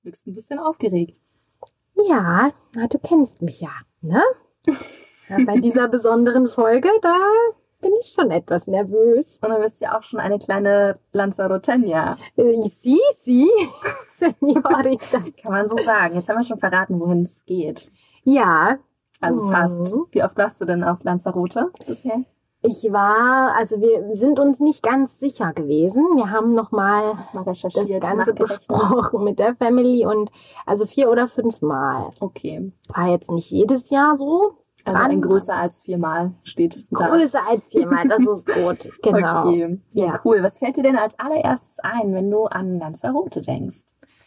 Wirkst ein bisschen aufgeregt. Ja, na, du kennst mich ja, ne? Ja, bei dieser besonderen Folge, da bin ich schon etwas nervös. Und du bist ja auch schon eine kleine Lanzaroteña. Sie, Senorita. Kann man so sagen. Jetzt haben wir schon verraten, wohin es geht. Ja. Also fast. Wie oft warst du denn auf Lanzarote bisher? Also wir sind uns nicht ganz sicher gewesen. Wir haben nochmal das Ganze besprochen mit der Family und also 4 oder 5 Mal. Okay. War jetzt nicht jedes Jahr so. Also ein größer als 4 Mal steht da. Größer als 4 Mal, das ist gut. Genau. Okay, ja, cool. Was fällt dir denn als allererstes ein, wenn du an Lanzarote denkst?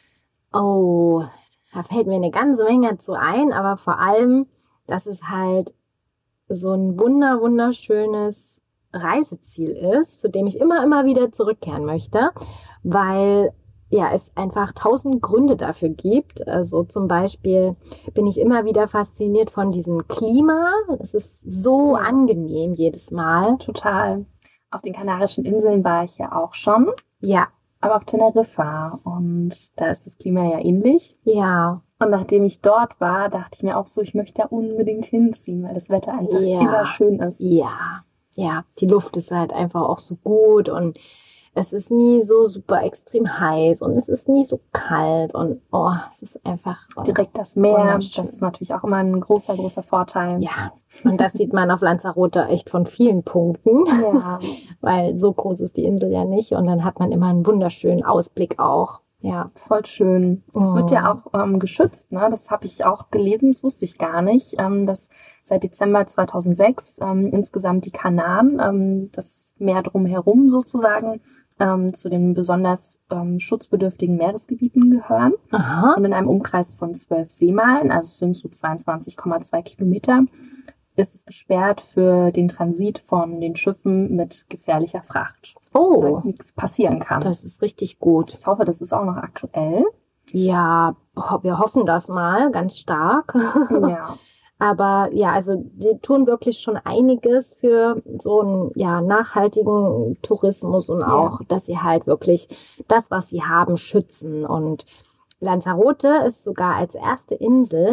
Oh, da fällt mir eine ganze Menge zu ein, aber vor allem, dass es halt so ein wunderschönes Reiseziel ist, zu dem ich immer wieder zurückkehren möchte, weil ja, es einfach 1000 Gründe dafür gibt. Also zum Beispiel bin ich immer wieder fasziniert von diesem Klima. Es ist so angenehm jedes Mal. Total. Auf den Kanarischen Inseln war ich ja auch schon. Ja. Aber auf Teneriffa. Und da ist das Klima ja ähnlich. Ja. Und nachdem ich dort war, dachte ich mir auch so, ich möchte da unbedingt hinziehen, weil das Wetter einfach immer schön ist. Ja. Ja, die Luft ist halt einfach auch so gut und es ist nie so super extrem heiß und es ist nie so kalt und es ist einfach direkt das Meer. Das ist natürlich auch immer ein großer Vorteil. Ja, und das sieht man auf Lanzarote echt von vielen Punkten, weil so groß ist die Insel ja nicht und dann hat man immer einen wunderschönen Ausblick auch. Ja, voll schön. Das wird ja auch geschützt, ne? Das habe ich auch gelesen, das wusste ich gar nicht, dass seit Dezember 2006 insgesamt die Kanaren, das Meer drumherum sozusagen, zu den besonders schutzbedürftigen Meeresgebieten gehören. Aha. Und in einem Umkreis von 12 Seemeilen, also sind so 22,2 Kilometer, ist es gesperrt für den Transit von den Schiffen mit gefährlicher Fracht. Dass halt nichts passieren kann. Das ist richtig gut. Ich hoffe, das ist auch noch aktuell. Ja, wir hoffen das mal ganz stark. Ja. Aber ja, also die tun wirklich schon einiges für so einen nachhaltigen Tourismus und auch, dass sie halt wirklich das, was sie haben, schützen. Und Lanzarote ist sogar als erste Insel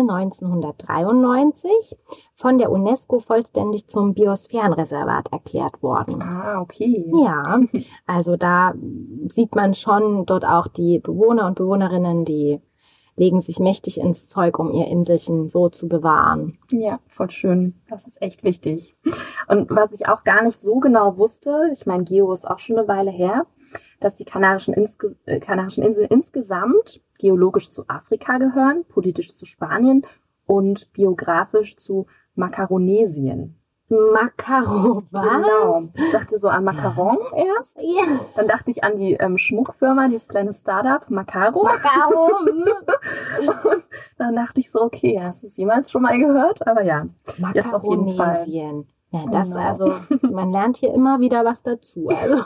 1993 von der UNESCO vollständig zum Biosphärenreservat erklärt worden. Ah, okay. Ja, also da sieht man schon dort auch die Bewohner und Bewohnerinnen, die legen sich mächtig ins Zeug, um ihr Inselchen so zu bewahren. Ja, voll schön. Das ist echt wichtig. Und was ich auch gar nicht so genau wusste, ich meine, Geo ist auch schon eine Weile her, dass die Kanarischen Inseln insgesamt geologisch zu Afrika gehören, politisch zu Spanien und biografisch zu Makaronesien. Makaro, was? Genau. Ich dachte so an Macaron erst. Ja. Dann dachte ich an die Schmuckfirma, dieses kleine Startup, Macaro. Makaro. Und dann dachte ich so, okay, hast du es jemals schon mal gehört? Aber ja, jetzt auf jeden Fall. Ja, also man lernt hier immer wieder was dazu. Also,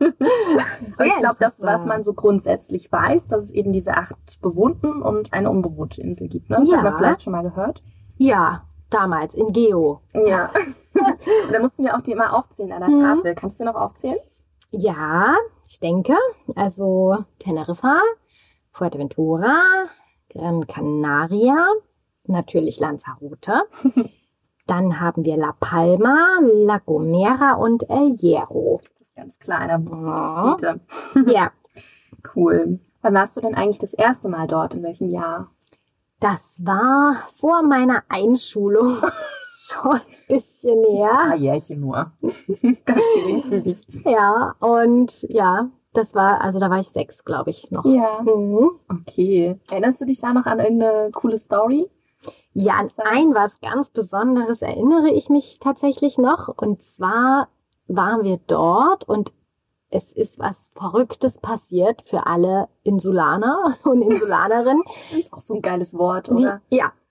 ich glaube, das, was man so grundsätzlich weiß, dass es eben diese 8 bewohnten und eine unbewohnte Insel gibt. Ne? Das hat man vielleicht schon mal gehört. Ja, damals in Geo. Ja. Und da mussten wir auch die immer aufzählen an der Tafel. Kannst du noch aufzählen? Ja, ich denke. Also Teneriffa, Fuerteventura, Gran Canaria, natürlich Lanzarote. Dann haben wir La Palma, La Gomera und El Hierro. Das ist ganz kleine Suite. Ja. Cool. Wann warst du denn eigentlich das erste Mal dort? In welchem Jahr? Das war vor meiner Einschulung. Schon ein bisschen her. Ein paar Jährchen nur. Ganz geringfügig. Ja, und ja, das war, also da war ich 6, glaube ich, noch. Ja. Okay. Erinnerst du dich da noch an irgendeine coole Story? Ja, an was ganz Besonderes erinnere ich mich tatsächlich noch. Und zwar waren wir dort und es ist was Verrücktes passiert für alle Insulaner und Insulanerinnen. Das ist auch so ein geiles Wort, oder?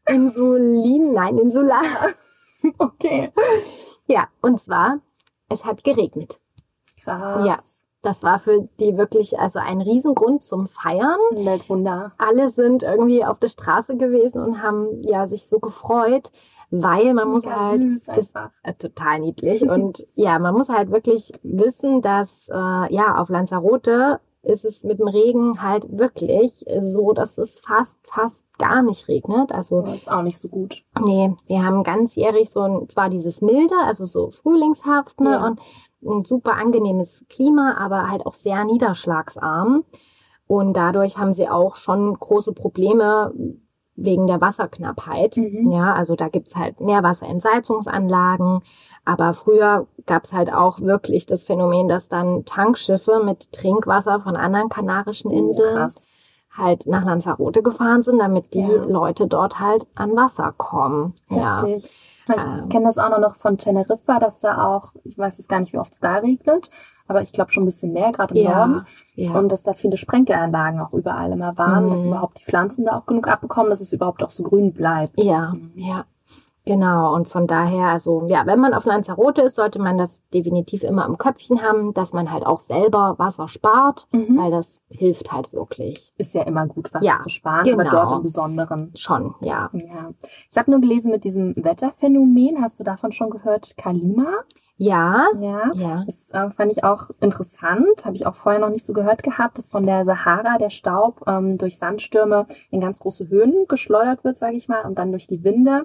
Insulaner. Okay. Ja, und zwar, es hat geregnet. Krass. Ja, das war für die wirklich also ein Riesengrund zum Feiern. Ein Weltwunder. Alle sind irgendwie auf der Straße gewesen und haben sich so gefreut, weil man muss halt, süß einfach. Ist total niedlich und ja, man muss halt wirklich wissen, dass auf Lanzarote ist es mit dem Regen halt wirklich so, dass es fast gar nicht regnet. Also Das ist auch nicht so gut. nee, wir haben ganzjährig zwar dieses milde, also so frühlingshaft, ne, Ja. und ein super angenehmes Klima, aber halt auch sehr niederschlagsarm. Und dadurch haben sie auch schon große Probleme wegen der Wasserknappheit. Mhm. Ja, also da gibt's halt Meerwasserentsalzungsanlagen. Aber früher gab's halt auch wirklich das Phänomen, dass dann Tankschiffe mit Trinkwasser von anderen kanarischen Inseln Krass. halt nach Lanzarote gefahren sind, damit die Ja. Leute dort halt an Wasser kommen. Ja. Heftig. Ich kenne das auch noch von Teneriffa, dass da auch, ich weiß jetzt gar nicht, wie oft es da regnet, aber ich glaube schon ein bisschen mehr, gerade im Norden. Ja. Und dass da viele Sprenkelanlagen auch überall immer waren, dass überhaupt die Pflanzen da auch genug abbekommen, dass es überhaupt auch so grün bleibt. Ja, ja, genau. Und von daher, also ja, wenn man auf Lanzarote ist, sollte man das definitiv immer im Köpfchen haben, dass man halt auch selber Wasser spart, weil das hilft halt wirklich. Ist ja immer gut, Wasser Ja, zu sparen, genau. aber dort im Besonderen. Schon, ja. Ja. Ich habe nur gelesen mit diesem Wetterphänomen, hast du davon schon gehört, Kalima? Ja, Ja. ja. Das fand ich auch interessant, habe ich auch vorher noch nicht so gehört gehabt, dass von der Sahara der Staub durch Sandstürme in ganz große Höhen geschleudert wird, sage ich mal, und dann durch die Winde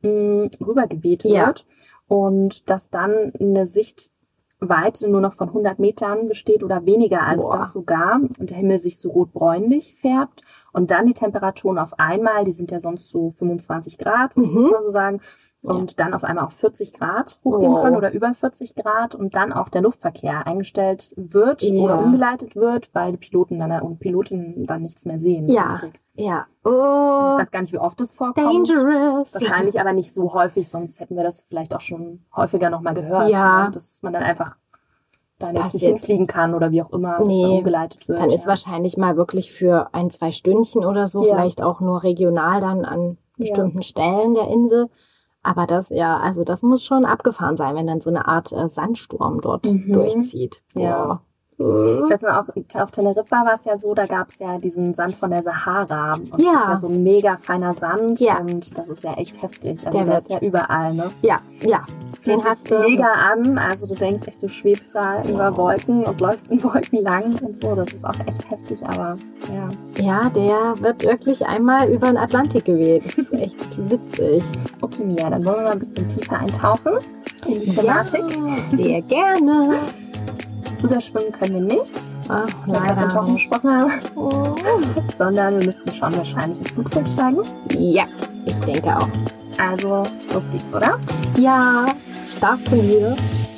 rübergeweht Ja. wird und dass dann eine Sichtweite nur noch von 100 Metern besteht oder weniger als Boah. das sogar und der Himmel sich so rot-bräunlich färbt und dann die Temperaturen auf einmal, die sind ja sonst so 25 Grad, würde ich jetzt mal so sagen, und dann auf einmal auf 40 Grad hochgehen Wow. können oder über 40 Grad und dann auch der Luftverkehr eingestellt wird Ja. oder umgeleitet wird, weil die Piloten dann und Pilotinnen dann nichts mehr sehen. Ja. Richtig. Ja. Ich Oh, weiß gar nicht, wie oft es vorkommt. dangerous. Wahrscheinlich aber nicht so häufig, sonst hätten wir das vielleicht auch schon häufiger nochmal gehört. Ja. Ne? Dass man dann einfach Das da jetzt nicht passiert. hinfliegen kann oder wie auch immer, dass Nee. dann umgeleitet wird. Dann ist wahrscheinlich mal wirklich für 1-2 Stündchen oder so, Ja. vielleicht auch nur regional dann an bestimmten Stellen der Insel. Aber das, ja, also das muss schon abgefahren sein, wenn dann so eine Art Sandsturm dort durchzieht. Ja. Boah. Ich weiß noch, auch auf Teneriffa war es ja so, da gab es ja diesen Sand von der Sahara. Und Ja. das ist ja so ein mega feiner Sand Ja. und das ist ja echt heftig. Also Der der ist ja wird- überall, ne? Ja, ja. Den Fühlt hast sich du. mega an. Also du denkst echt, du schwebst da über Wolken und läufst in Wolken lang und so. Das ist auch echt heftig, aber ja. Ja, der wird wirklich einmal über den Atlantik geweht. Das ist echt witzig. Okay, Mia, dann wollen wir mal ein bisschen tiefer eintauchen in die Thematik. Ja, sehr gerne. Rüberschwimmen können wir nicht, Ach, weil wir leider von Tauchen nicht. gesprochen haben, Oh. sondern wir müssen schon wahrscheinlich ins Flugzeug steigen. Ja, ich denke auch. Also, los geht's, oder? Ja, starten wir.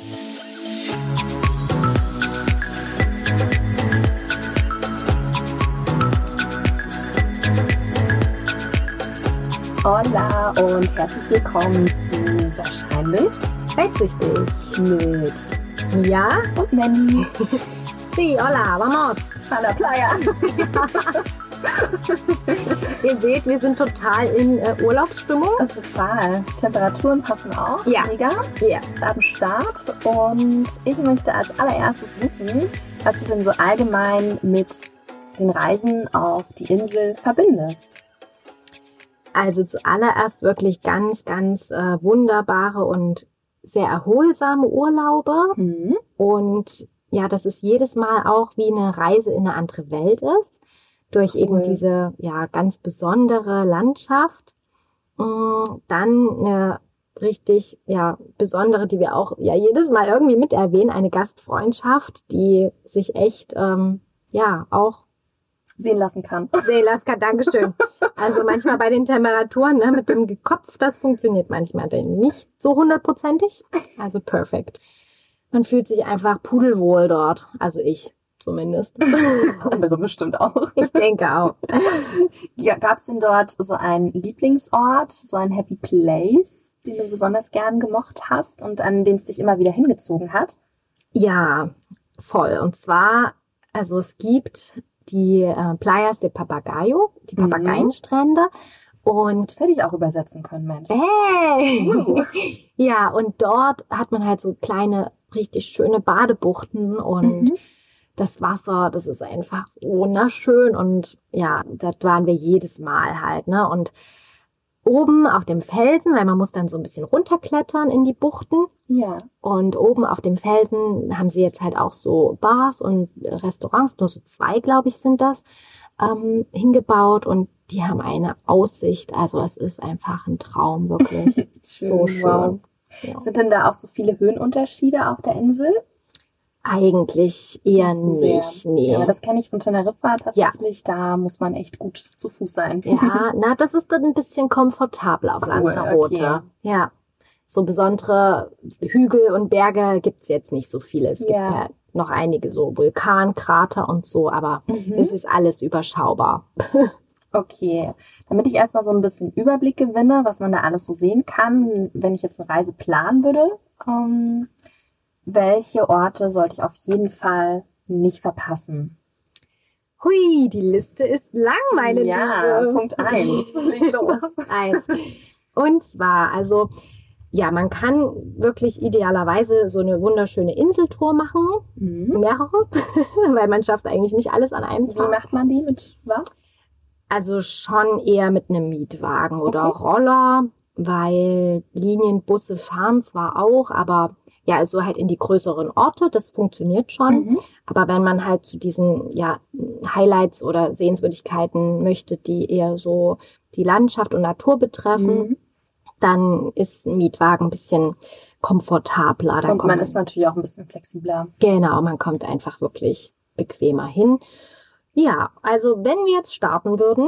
Hola und herzlich willkommen zu Wahrscheinlich Weitsichtig. mit Ja? und Nanny. Sí, hola, vamos. A la Playa. Ihr seht, wir sind total in Urlaubsstimmung. Total. Temperaturen passen auch. Ja. Mega. Ja. Am Start. Und ich möchte als allererstes wissen, was du denn so allgemein mit den Reisen auf die Insel verbindest. Also zuallererst wirklich ganz, ganz wunderbare und sehr erholsame Urlaube. Mhm. Und ja, dass es jedes Mal auch wie eine Reise in eine andere Welt ist. Durch eben diese ja ganz besondere Landschaft. Dann eine richtig ja besondere, die wir auch ja jedes Mal irgendwie mit erwähnen, eine Gastfreundschaft, die sich echt ja auch Sehen lassen kann. sehen lassen kann. Dankeschön. Also manchmal bei den Temperaturen ne, mit dem Kopf, das funktioniert manchmal nicht so 100%. Also perfekt. Man fühlt sich einfach pudelwohl dort. Also ich zumindest. Andere bestimmt auch. Ich denke auch. Ja, gab es denn dort so einen Lieblingsort, so ein Happy Place, den du besonders gern gemocht hast und an den es dich immer wieder hingezogen hat? Ja, voll. Und zwar, also es gibt die Playas de Papagayo, die Papageienstrände. Und Das hätte ich auch übersetzen können, Mensch. hey! Ja, und dort hat man halt so kleine, richtig schöne Badebuchten und das Wasser, das ist einfach wunderschön und ja, dort waren wir jedes Mal halt, ne? Und oben auf dem Felsen, weil man muss dann so ein bisschen runterklettern in die Buchten. Ja. Und oben auf dem Felsen haben sie jetzt halt auch so Bars und Restaurants, nur so 2, glaube ich, sind das, hingebaut. Und die haben eine Aussicht. Also es ist einfach ein Traum, wirklich. So schön. Wow. Ja. Sind denn da auch so viele Höhenunterschiede auf der Insel? Eigentlich eher Nicht so sehr. nicht. Nee. Ja, aber das kenne ich von Teneriffa tatsächlich. Da muss man echt gut zu Fuß sein. Ja, na, das ist dann ein bisschen komfortabler auf Cool, Lanzarote. okay. Ja, so besondere Hügel und Berge gibt's jetzt nicht so viele. Es gibt Ja. ja noch einige so Vulkankrater und so, aber es ist alles überschaubar. Okay, damit ich erstmal so ein bisschen Überblick gewinne, was man da alles so sehen kann, wenn ich jetzt eine Reise planen würde, welche Orte sollte ich auf jeden Fall nicht verpassen? Hui, die Liste ist lang, meine Ja, Liebe. Punkt 1. Leg los. Punkt 1. Und zwar, also, ja, man kann wirklich idealerweise so eine wunderschöne Inseltour machen, mehrere, weil man schafft eigentlich nicht alles an einem Wie Tag. macht man die? Mit was? Also schon eher mit einem Mietwagen oder Okay. Roller, weil Linienbusse fahren zwar auch, aber ja, also halt in die größeren Orte, das funktioniert schon. Aber wenn man halt zu diesen Highlights oder Sehenswürdigkeiten möchte, die eher so die Landschaft und Natur betreffen, dann ist ein Mietwagen ein bisschen komfortabler. Da Und kommt man ist natürlich auch ein bisschen flexibler. Genau, man kommt einfach wirklich bequemer hin. Ja, also wenn wir jetzt starten würden,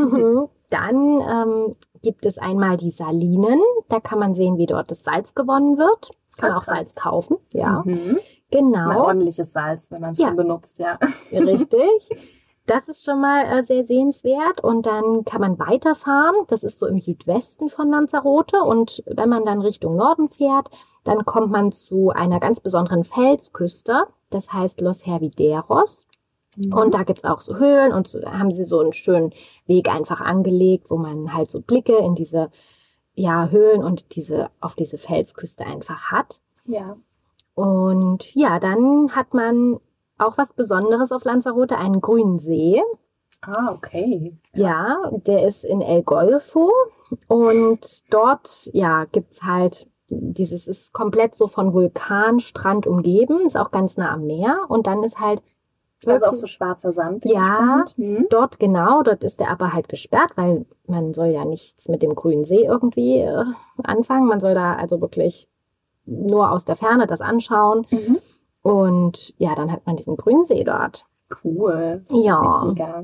dann gibt es einmal die Salinen. Da kann man sehen, wie dort das Salz gewonnen wird. Kann Ach, auch krass. Salz kaufen. Ja, Mal genau, ordentliches Salz, wenn man es Ja. schon benutzt, ja. richtig. Das ist schon mal sehr sehenswert. Und dann kann man weiterfahren. Das ist so im Südwesten von Lanzarote. Und wenn man dann Richtung Norden fährt, dann kommt man zu einer ganz besonderen Felsküste. Das heißt Los Hervideros. Und da gibt's auch so Höhlen und so, da haben sie so einen schönen Weg einfach angelegt, wo man halt so Blicke in diese Höhlen und auf diese Felsküste einfach hat. Ja. Und ja, dann hat man auch was Besonderes auf Lanzarote, einen grünen See. Ah, okay. Krass. Ja, der ist in El Golfo. Und dort, gibt's halt ist komplett so von Vulkanstrand umgeben, ist auch ganz nah am Meer. Und dann ist halt Also auch wirklich- so schwarzer Sand. Ja. dementsprechend. Dort ist der aber halt gesperrt, weil man soll ja nichts mit dem grünen See irgendwie anfangen. Man soll da also wirklich nur aus der Ferne das anschauen. Und ja, dann hat man diesen grünen See dort. Cool. Ja. Echt mega.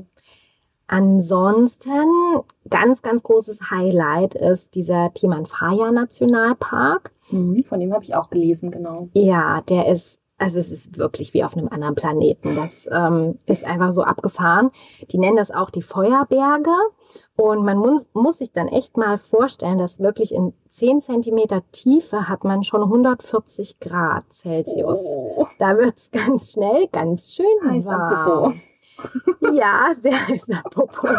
Ansonsten, ganz, ganz großes Highlight ist dieser Timanfaya Nationalpark. Von dem habe ich auch gelesen, genau. Ja, es ist wirklich wie auf einem anderen Planeten. Das ist einfach so abgefahren. Die nennen das auch die Feuerberge. Und man muss sich dann echt mal vorstellen, dass wirklich in 10 Zentimeter Tiefe hat man schon 140 Grad Celsius. Oh, Da wird's ganz schnell ganz schön heiß am warm. Popo. Ja, sehr heißer Popo.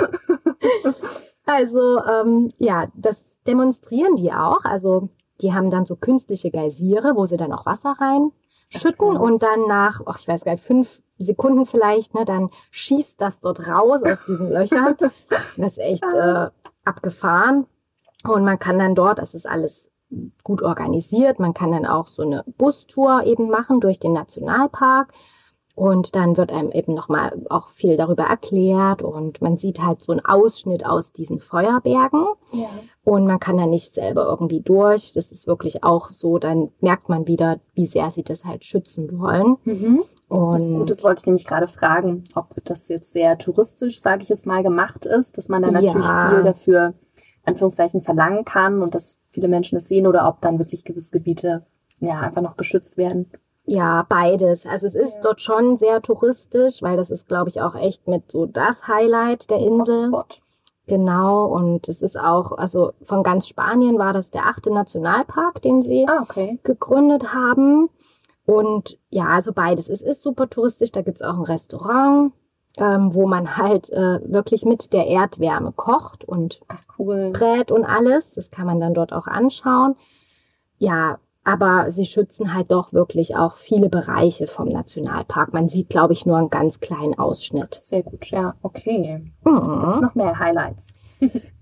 Also, das demonstrieren die auch. Also, die haben dann so künstliche Geysire, wo sie dann auch Wasser reinschütten Krass. und dann nach, ich weiß gar nicht, 5 Sekunden vielleicht, ne, dann schießt das dort raus aus diesen Löchern. Das ist echt Krass. abgefahren. Und man kann dann dort, das ist alles gut organisiert, man kann dann auch so eine Bustour eben machen durch den Nationalpark. Und dann wird einem eben nochmal auch viel darüber erklärt und man sieht halt so einen Ausschnitt aus diesen Feuerbergen Ja. und man kann da nicht selber irgendwie durch. Das ist wirklich auch so, dann merkt man wieder, wie sehr sie das halt schützen wollen. Das ist gut, das wollte ich nämlich gerade fragen, ob das jetzt sehr touristisch, sage ich jetzt mal, gemacht ist, dass man dann natürlich Ja. viel dafür, in Anführungszeichen, verlangen kann und dass viele Menschen es sehen oder ob dann wirklich gewisse Gebiete einfach noch geschützt werden. Ja, beides. Also es ist dort schon sehr touristisch, weil das ist, glaube ich, auch echt mit so das Highlight der Insel. Hotspot. Genau, und es ist auch, also von ganz Spanien war das der 8. Nationalpark, den sie Ah, okay. gegründet haben. Und ja, also beides. Es ist super touristisch, da gibt's auch ein Restaurant, wo man halt wirklich mit der Erdwärme kocht und Ach, cool. brät und alles. Das kann man dann dort auch anschauen. Ja, aber sie schützen halt doch wirklich auch viele Bereiche vom Nationalpark. Man sieht, glaube ich, nur einen ganz kleinen Ausschnitt. Sehr gut, ja, okay. Gibt's Mhm. noch mehr Highlights?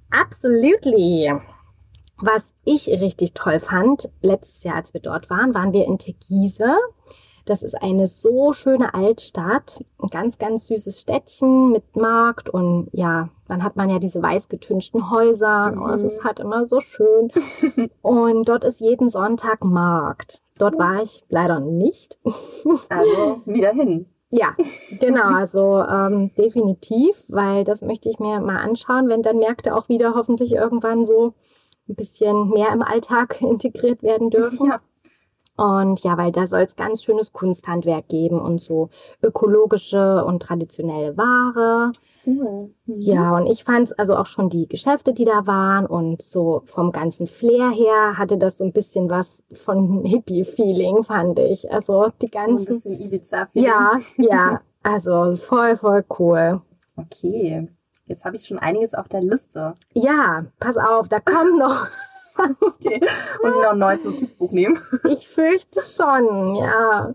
Absolutely. Was ich richtig toll fand, letztes Jahr, als wir dort waren, waren wir in Tegiese. Das ist eine so schöne Altstadt, ein ganz, ganz süßes Städtchen mit Markt und ja, dann hat man ja diese weiß getünchten Häuser. Oh, es ist halt immer so schön. Und dort ist jeden Sonntag Markt. Dort war ich leider nicht. Also wieder hin. Ja, genau, also definitiv, weil das möchte ich mir mal anschauen, wenn dann Märkte auch wieder hoffentlich irgendwann so ein bisschen mehr im Alltag integriert werden dürfen. Ja. Und ja, weil da soll es ganz schönes Kunsthandwerk geben und so ökologische und traditionelle Ware. Cool. Ja, und ich fand es also auch schon die Geschäfte, die da waren und so vom ganzen Flair her hatte das so ein bisschen was von Hippie-Feeling, fand ich. Also die So ein ganzen... bisschen Ibiza-Feeling. Ja, also voll, voll cool. Okay, jetzt habe ich schon einiges auf der Liste. Ja, pass auf, da kommt noch... Okay, muss ich noch ein neues Notizbuch nehmen? Ich fürchte schon, ja.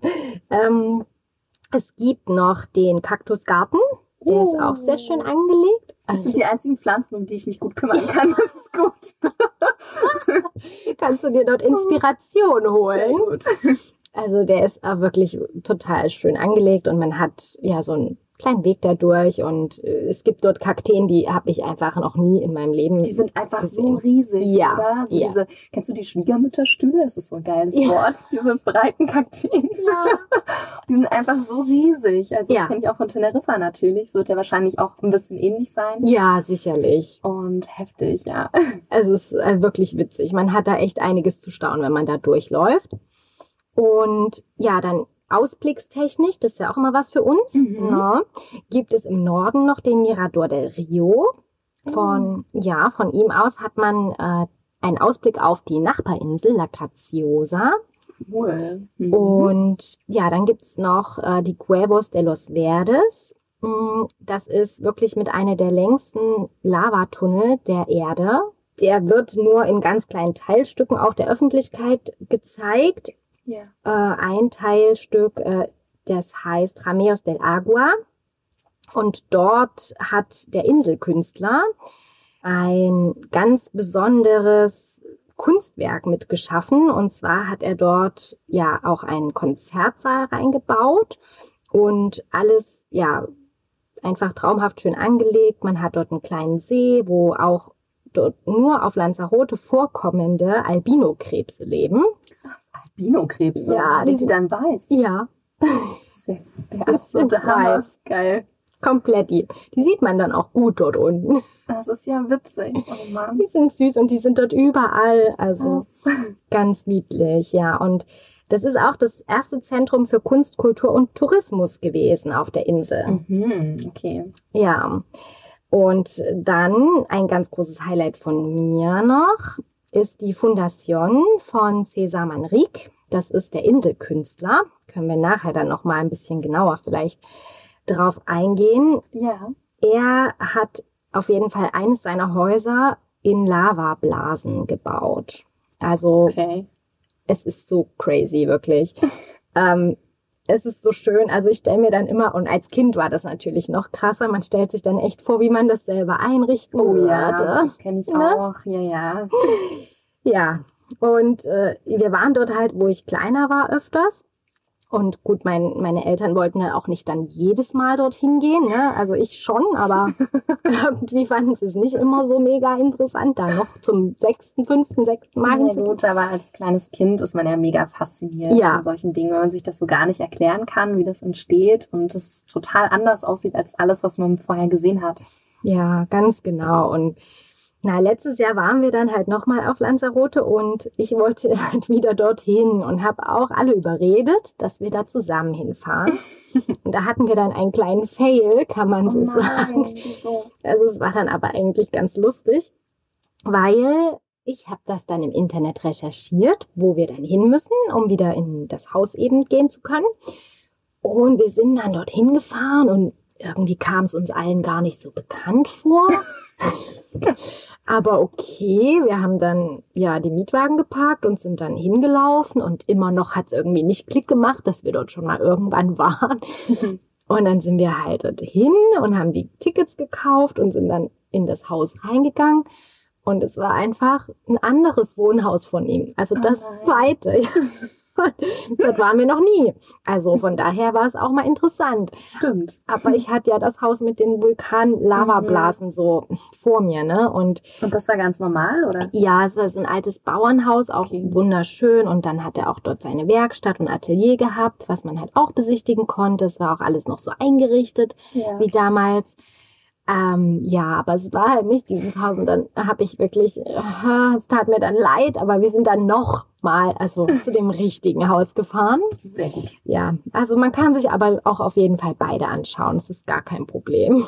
Es gibt noch den Kaktusgarten. Der ist auch sehr schön angelegt. Das sind die einzigen Pflanzen, um die ich mich gut kümmern kann. Das ist gut. Kannst du dir dort Inspiration Sehr holen. gut. Also der ist wirklich total schön angelegt und man hat ja so einen kleinen Weg dadurch und es gibt dort Kakteen, die habe ich einfach noch nie in meinem Leben Die sind einfach so gesehen. riesig, Ja, oder? So ja. kennst du die Schwiegermütterstühle? Das ist so ein geiles Ja. Wort. Diese breiten Kakteen. Ja. Die sind einfach so riesig. Also Ja. das kenne ich auch von Teneriffa natürlich. So wird der wahrscheinlich auch ein bisschen ähnlich sein. Ja, sicherlich. Und heftig, ja. Also es ist wirklich witzig. Man hat da echt einiges zu staunen, wenn man da durchläuft. Und ja, dann ausblickstechnisch, das ist ja auch immer was für uns, ne? Gibt es im Norden noch den Mirador del Rio. Von ihm aus hat man einen Ausblick auf die Nachbarinsel La Graciosa. Cool. Und ja, dann gibt es noch die Cuevos de los Verdes. Das ist wirklich mit einer der längsten Lavatunnel der Erde. Der wird nur in ganz kleinen Teilstücken auch der Öffentlichkeit gezeigt. Ja. Ein Teilstück, das heißt Rameos del Agua. Und dort hat der Inselkünstler ein ganz besonderes Kunstwerk mitgeschaffen. Und zwar hat er dort ja auch einen Konzertsaal reingebaut und alles ja einfach traumhaft schön angelegt. Man hat dort einen kleinen See, wo auch dort nur auf Lanzarote vorkommende Albinokrebse leben. Albinokrebse? Ja, Sind die dann weiß? Ja, Der absolute Hammer. weiß. Geil. komplett. Die sieht man dann auch gut dort unten. Das ist ja witzig. Oh Mann. Die sind süß und die sind dort überall. Also Krass. ganz niedlich, ja. Und das ist auch das erste Zentrum für Kunst, Kultur und Tourismus gewesen auf der Insel. Okay. Ja. Und dann ein ganz großes Highlight von mir noch ist die Fundación von César Manrique. Das ist der Inselkünstler. Können wir nachher dann noch mal ein bisschen genauer vielleicht drauf eingehen. Ja. Er hat auf jeden Fall eines seiner Häuser in Lavablasen gebaut. Also Okay. es ist so crazy, wirklich. Es ist so schön. Also ich stelle mir dann immer, und als Kind war das natürlich noch krasser, man stellt sich dann echt vor, wie man das selber einrichten Oh ja, würde. das kenne ich Ne? auch. Ja, ja. Ja, und wir waren dort halt, wo ich kleiner war, öfters. Und gut, meine Eltern wollten dann auch nicht dann jedes Mal dorthin gehen, ne? Also ich schon, aber irgendwie fanden sie es nicht immer so mega interessant, da noch zum 6. Mal Ja, hinzugehen. gut, aber als kleines Kind ist man ja mega fasziniert Ja. von solchen Dingen, wenn man sich das so gar nicht erklären kann, wie das entsteht und es total anders aussieht als alles, was man vorher gesehen hat. Ja, ganz genau. Und letztes Jahr waren wir dann halt nochmal auf Lanzarote und ich wollte halt wieder dorthin und habe auch alle überredet, dass wir da zusammen hinfahren. Und da hatten wir dann einen kleinen Fail, kann man so sagen. wieso? Also es war dann aber eigentlich ganz lustig, weil ich habe das dann im Internet recherchiert, wo wir dann hin müssen, um wieder in das Haus eben gehen zu können. Und wir sind dann dorthin gefahren und irgendwie kam es uns allen gar nicht so bekannt vor. Aber okay, wir haben dann ja die Mietwagen geparkt und sind dann hingelaufen und immer noch hat es irgendwie nicht Klick gemacht, dass wir dort schon mal irgendwann waren. Und dann sind wir halt dorthin und haben die Tickets gekauft und sind dann in das Haus reingegangen und es war einfach ein anderes Wohnhaus von ihm. Also das zweite. Das waren wir noch nie. Also von daher war es auch mal interessant. Stimmt. Aber ich hatte ja das Haus mit den Vulkan-Lavablasen so vor mir, ne? Und das war ganz normal, oder? ja, es war so ein altes Bauernhaus, auch wunderschön. Und dann hat er auch dort seine Werkstatt und Atelier gehabt, was man halt auch besichtigen konnte. Es war auch alles noch so eingerichtet wie damals. Ja, aber es war halt nicht dieses Haus. Und dann habe ich wirklich, es tat mir dann leid, aber wir sind dann noch mal, also zu dem richtigen Haus gefahren. Sehr gut. Ja, also man kann sich aber auch auf jeden Fall beide anschauen. Das ist gar kein Problem.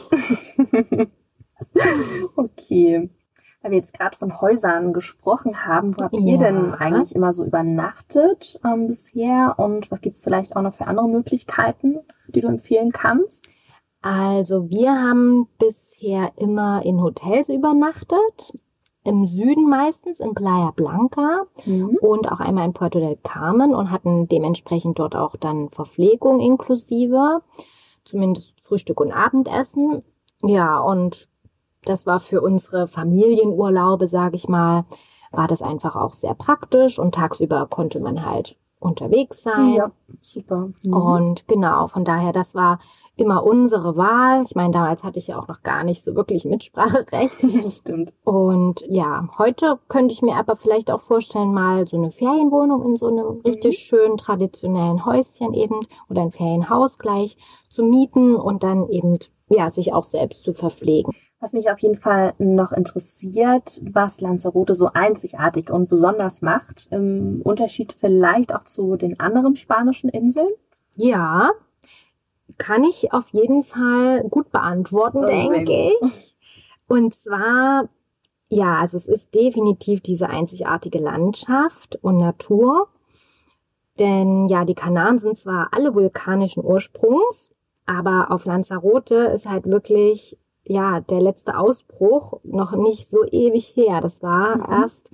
Okay. Weil wir jetzt gerade von Häusern gesprochen haben, wo habt ihr denn eigentlich immer so übernachtet bisher? Und was gibt es vielleicht auch noch für andere Möglichkeiten, die du empfehlen kannst? Also wir haben bisher immer in Hotels übernachtet, im Süden meistens, in Playa Blanca und auch einmal in Puerto del Carmen und hatten dementsprechend dort auch dann Verpflegung inklusive, zumindest Frühstück und Abendessen. Ja, und das war für unsere Familienurlaube, sage ich mal, war das einfach auch sehr praktisch und tagsüber konnte man halt unterwegs sein. Ja, super. Und genau, von daher, das war immer unsere Wahl. Ich meine, damals hatte ich ja auch noch gar nicht so wirklich Mitspracherecht. Stimmt. Und ja, heute könnte ich mir aber vielleicht auch vorstellen, mal so eine Ferienwohnung in so einem richtig schönen traditionellen Häuschen eben oder ein Ferienhaus gleich zu mieten und dann eben ja sich auch selbst zu verpflegen. Was mich auf jeden Fall noch interessiert, was Lanzarote so einzigartig und besonders macht, im Unterschied vielleicht auch zu den anderen spanischen Inseln? Ja, kann ich auf jeden Fall gut beantworten, denke ich. Und zwar, ja, also es ist definitiv diese einzigartige Landschaft und Natur. Denn ja, die Kanaren sind zwar alle vulkanischen Ursprungs, aber auf Lanzarote ist halt wirklich ja, der letzte Ausbruch noch nicht so ewig her. Das war erst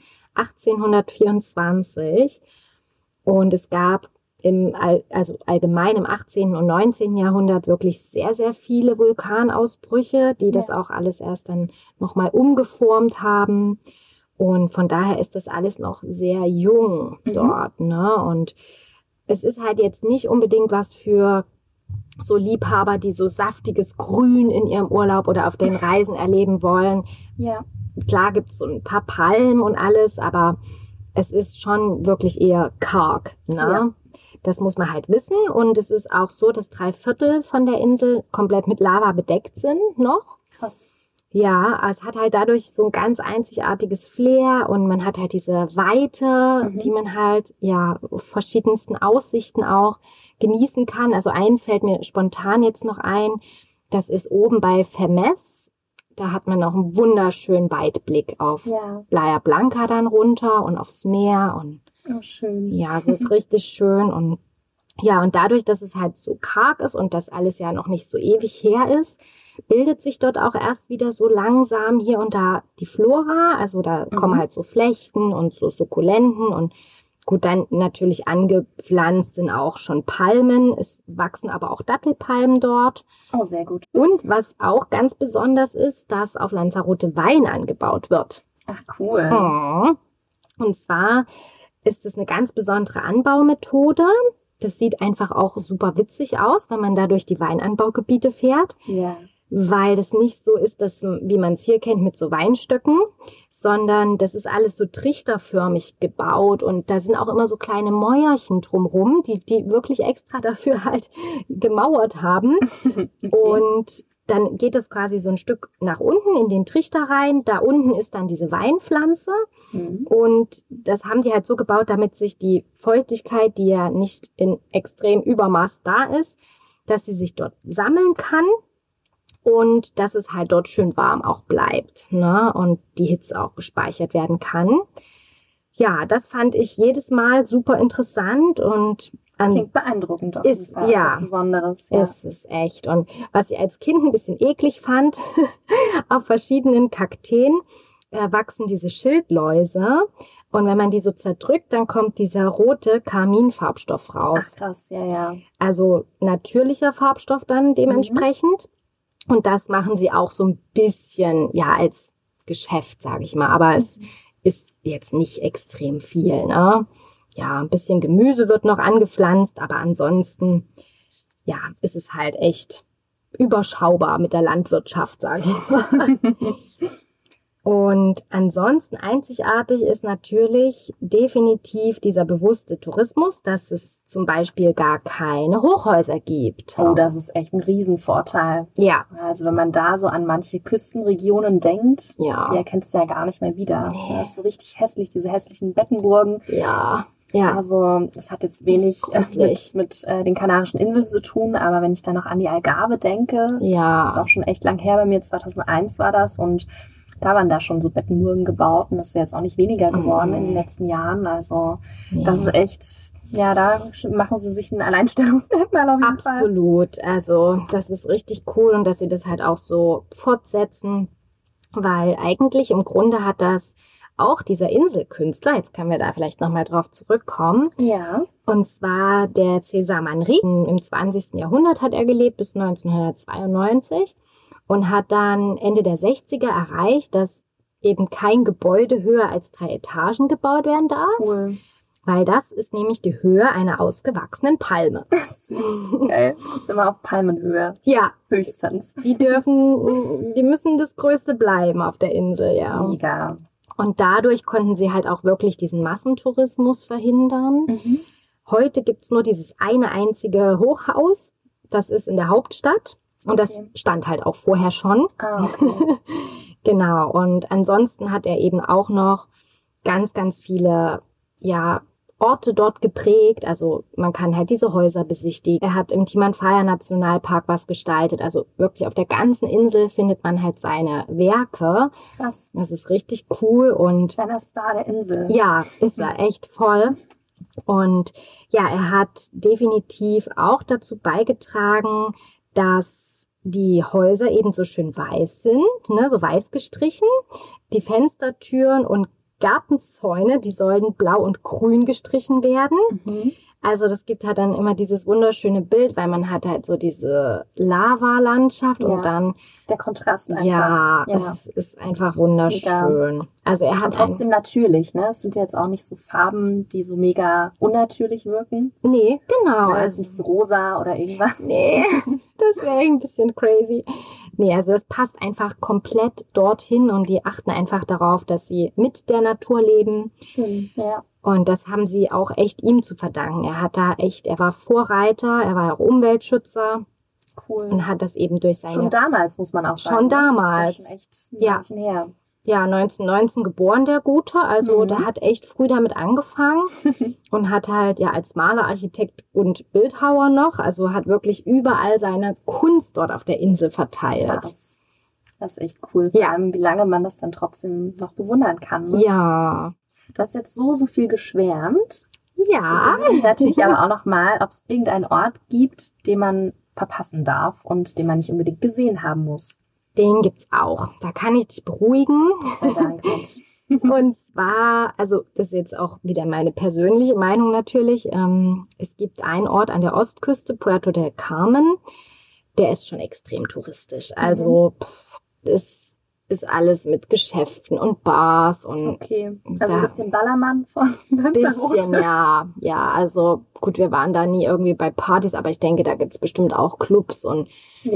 1824 und es gab allgemein im 18. und 19. Jahrhundert wirklich sehr, sehr viele Vulkanausbrüche, die das auch alles erst dann nochmal umgeformt haben. Und von daher ist das alles noch sehr jung dort, ne? Und es ist halt jetzt nicht unbedingt was für so Liebhaber, die so saftiges Grün in ihrem Urlaub oder auf den Reisen erleben wollen. Ja. Klar gibt es so ein paar Palmen und alles, aber es ist schon wirklich eher karg. Ne? Ja. Das muss man halt wissen. Und es ist auch so, dass 3/4 von der Insel komplett mit Lava bedeckt sind noch. Krass. Ja, es hat halt dadurch so ein ganz einzigartiges Flair und man hat halt diese Weite, die man halt, ja, auf verschiedensten Aussichten auch genießen kann. Also eins fällt mir spontan jetzt noch ein, das ist oben bei Fermes. Da hat man auch einen wunderschönen Weitblick auf Playa Blanca dann runter und aufs Meer und schön. Ja, es ist richtig schön und ja, und dadurch, dass es halt so karg ist und das alles ja noch nicht so ewig her ist, bildet sich dort auch erst wieder so langsam hier und da die Flora. Also da kommen halt so Flechten und so Sukkulenten und gut, dann natürlich angepflanzt sind auch schon Palmen. Es wachsen aber auch Dattelpalmen dort. Oh, sehr gut. Und was auch ganz besonders ist, dass auf Lanzarote Wein angebaut wird. Ach, cool. Oh. Und zwar ist es eine ganz besondere Anbaumethode. Das sieht einfach auch super witzig aus, wenn man da durch die Weinanbaugebiete fährt. Ja. Weil das nicht so ist, dass, wie man es hier kennt mit so Weinstöcken, sondern das ist alles so trichterförmig gebaut und da sind auch immer so kleine Mäuerchen drumrum, die wirklich extra dafür halt gemauert haben. Okay. Und dann geht es quasi so ein Stück nach unten in den Trichter rein. Da unten ist dann diese Weinpflanze und das haben die halt so gebaut, damit sich die Feuchtigkeit, die ja nicht in extrem Übermaß da ist, dass sie sich dort sammeln kann. Und dass es halt dort schön warm auch bleibt, ne? Und die Hitze auch gespeichert werden kann. Ja, das fand ich jedes Mal super interessant und klingt beeindruckend auf jeden Fall. Ja, was Besonderes. Ja. Ist es echt. Und was ich als Kind ein bisschen eklig fand, auf verschiedenen Kakteen wachsen diese Schildläuse. Und wenn man die so zerdrückt, dann kommt dieser rote Karminfarbstoff raus. Ach krass, ja. Also natürlicher Farbstoff dann dementsprechend. Und das machen sie auch so ein bisschen, ja, als Geschäft, sage ich mal. Aber es ist jetzt nicht extrem viel, ne? Ja, ein bisschen Gemüse wird noch angepflanzt, aber ansonsten, ja, ist es halt echt überschaubar mit der Landwirtschaft, sage ich mal. Und ansonsten einzigartig ist natürlich definitiv dieser bewusste Tourismus, dass es zum Beispiel gar keine Hochhäuser gibt. Oh, das ist echt ein Riesenvorteil. Ja. Also wenn man da so an manche Küstenregionen denkt, Ja. die erkennst du ja gar nicht mehr wieder. Nee. Das ist so richtig hässlich, diese hässlichen Bettenburgen. Ja. Ja. Also das hat jetzt wenig mit den Kanarischen Inseln zu tun, aber wenn ich dann noch an die Algarve denke, Ja. das ist auch schon echt lang her, bei mir 2001 war das und da waren da schon so Bettenburgen gebaut und das ist ja jetzt auch nicht weniger geworden in den letzten Jahren. Also das ist echt, ja, da machen sie sich ein Alleinstellungsmerkmal auf jeden Fall. Absolut. Also das ist richtig cool und dass sie das halt auch so fortsetzen, weil eigentlich im Grunde hat das auch dieser Inselkünstler, jetzt können wir da vielleicht nochmal drauf zurückkommen, Ja. und zwar der César Manrique. Im 20. Jahrhundert hat er gelebt, bis 1992 und hat dann Ende der 60er erreicht, dass eben kein Gebäude höher als 3 Etagen gebaut werden darf, Cool. weil das ist nämlich die Höhe einer ausgewachsenen Palme. Süß. Geil. Du bist immer auf Palmenhöhe. Ja, Höchstens. die müssen das Größte bleiben auf der Insel, ja. Mega. Und dadurch konnten sie halt auch wirklich diesen Massentourismus verhindern. Mhm. Heute gibt es nur dieses eine einzige Hochhaus. Das ist in der Hauptstadt. Und das stand halt auch vorher schon. Ah, okay. Genau. Und ansonsten hat er eben auch noch ganz, ganz viele, ja, Orte dort geprägt. Also man kann halt diese Häuser besichtigen. Er hat im Timanfaya Nationalpark was gestaltet. Also wirklich auf der ganzen Insel findet man halt seine Werke. Krass. Das ist richtig cool und Kleiner Star der Insel. ja, ist er echt voll. Und ja, er hat definitiv auch dazu beigetragen, dass die Häuser eben so schön weiß sind, ne, so weiß gestrichen. Die Fenstertüren und Gartenzäune, die sollen blau und grün gestrichen werden. Mhm. Also das gibt halt dann immer dieses wunderschöne Bild, weil man hat halt so diese Lavalandschaft und dann der Kontrast einfach. ja, es ist einfach wunderschön. Mega. Also er hat und trotzdem natürlich, ne? Es sind ja jetzt auch nicht so Farben, die so mega unnatürlich wirken. Nee, genau. Also nichts rosa oder irgendwas. Nee, das wäre ein bisschen crazy. Nee, also es passt einfach komplett dorthin und die achten einfach darauf, dass sie mit der Natur leben. Schön, ja. Und das haben sie auch echt ihm zu verdanken. Er war Vorreiter, er war auch Umweltschützer. Cool. Und hat das eben durch seine... Schon damals, muss man auch sagen. Schon damals. Das ist ja schon echt ein Jahrchen her. Ja, 1919 geboren, der Gute. Also der hat echt früh damit angefangen und hat halt ja als Maler, Architekt und Bildhauer noch, also hat wirklich überall seine Kunst dort auf der Insel verteilt. Krass. Das ist echt cool. Vor allem, wie lange man das dann trotzdem noch bewundern kann. Ne? Ja. Du hast jetzt so viel geschwärmt. Ja. Interessiert mich natürlich aber auch noch mal, ob es irgendeinen Ort gibt, den man verpassen darf und den man nicht unbedingt gesehen haben muss. Den gibt's auch. Da kann ich dich beruhigen. Sei Dank. Und zwar, also das ist jetzt auch wieder meine persönliche Meinung natürlich. Es gibt einen Ort an der Ostküste, Puerto del Carmen. Der ist schon extrem touristisch. Also das ist alles mit Geschäften und Bars und okay, also ein bisschen Ballermann von Lanzarote. Bisschen, ja, also gut, wir waren da nie irgendwie bei Partys, aber ich denke, da gibt's bestimmt auch Clubs und